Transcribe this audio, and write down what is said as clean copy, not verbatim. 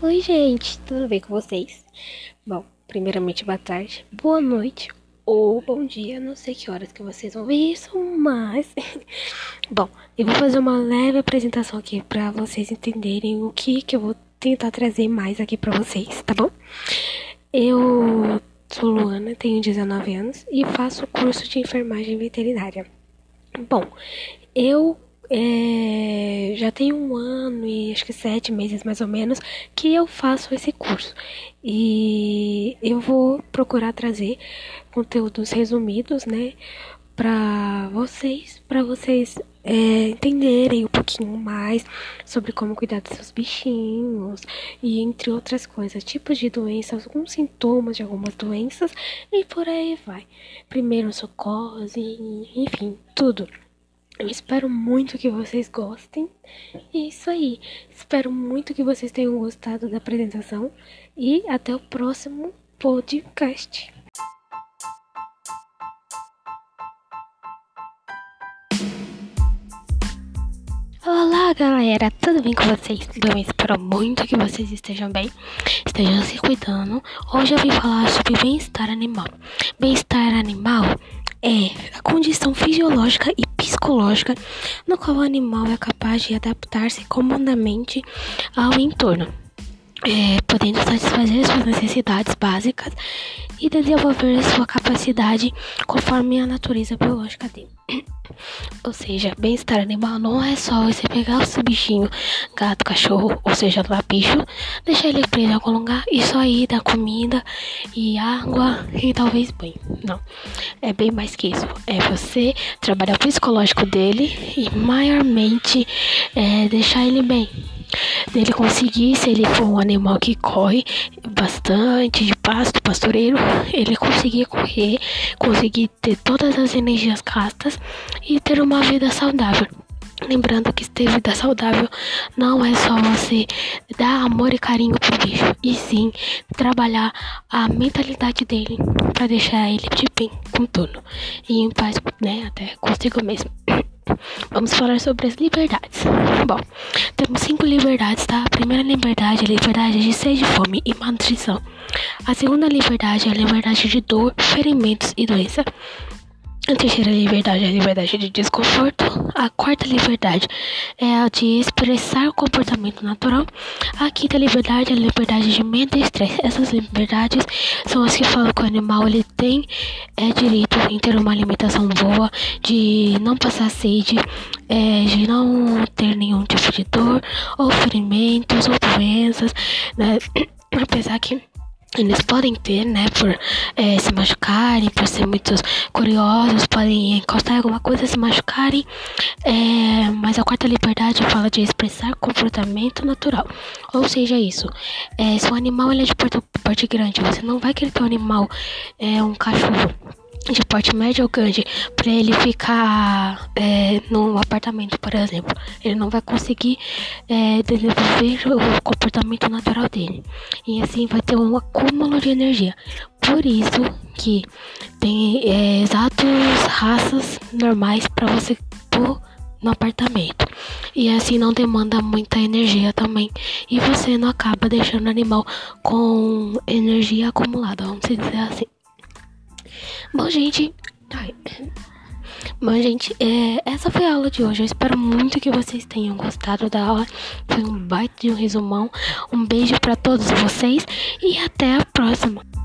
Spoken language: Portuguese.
Oi, gente, tudo bem com vocês? Bom, primeiramente, boa tarde, boa noite ou bom dia, não sei que horas que vocês vão ver isso, mas... Bom, eu vou fazer uma leve apresentação aqui pra vocês entenderem o que eu vou tentar trazer mais aqui pra vocês, tá bom? Eu sou Luana, tenho 19 anos e faço curso de enfermagem veterinária. Bom, eu já tenho 1 ano e acho que 7 meses mais ou menos que eu faço esse curso. E eu vou procurar trazer conteúdos resumidos, né, para vocês entenderem um pouquinho mais sobre como cuidar dos seus bichinhos e entre outras coisas, tipos de doenças, alguns sintomas de algumas doenças e por aí vai. Primeiros socorros e enfim, tudo. Eu espero muito que vocês gostem. E é isso aí. Espero muito que vocês tenham gostado da apresentação. E até o próximo podcast. Olá, galera, tudo bem com vocês? Eu espero muito que vocês estejam bem, estejam se cuidando. Hoje eu vim falar sobre bem-estar animal. Bem-estar animal é a condição fisiológica e psicológica no qual o animal é capaz de adaptar-se comodamente ao entorno, podendo satisfazer suas necessidades básicas e desenvolver sua capacidade conforme a natureza biológica dele. Ou seja, bem-estar animal não é só você pegar o seu bichinho, gato, cachorro, ou seja, lá bicho, deixar ele preso em algum lugar e só ir dar comida e água e talvez banho. Não, é bem mais que isso. É você trabalhar o psicológico dele e maiormente deixar ele bem. Dele conseguir, se ele for um animal que corre bastante de pasto, pastoreiro, ele conseguir correr, conseguir ter todas as energias gastas e ter uma vida saudável. Lembrando que ter vida saudável não é só você dar amor e carinho pro bicho, e sim trabalhar a mentalidade dele para deixar ele de bem com tudo e em paz, né, até consigo mesmo. Vamos falar sobre as liberdades. Bom, temos 5 liberdades, tá? A primeira liberdade é a liberdade de sede, fome e malnutrição. A segunda liberdade é a liberdade de dor, ferimentos e doença. A terceira liberdade é a liberdade de desconforto. A quarta liberdade é a de expressar o comportamento natural. A quinta liberdade é a liberdade de medo e estresse. Essas liberdades são as que falam que o animal ele tem direito em ter uma alimentação boa, de não passar sede, de não ter nenhum tipo de dor, ou ferimentos, ou doenças, né? Apesar que eles podem ter, né, por se machucarem, por ser muito curiosos, podem encostar em alguma coisa e se machucarem. Mas a quarta liberdade fala de expressar comportamento natural. Ou seja, isso. Se o animal ele é de porte grande, você não vai querer ter um animal, um cachorro de porte médio ou grande, para ele ficar num apartamento, por exemplo. Ele não vai conseguir desenvolver o comportamento natural dele. E assim vai ter um acúmulo de energia. Por isso que tem exatos raças normais para você pôr no apartamento. E assim não demanda muita energia também. E você não acaba deixando o animal com energia acumulada, vamos dizer assim. Bom, gente, essa foi a aula de hoje. Eu espero muito que vocês tenham gostado da aula. Foi um baita de um resumão. Um beijo para todos vocês e até a próxima.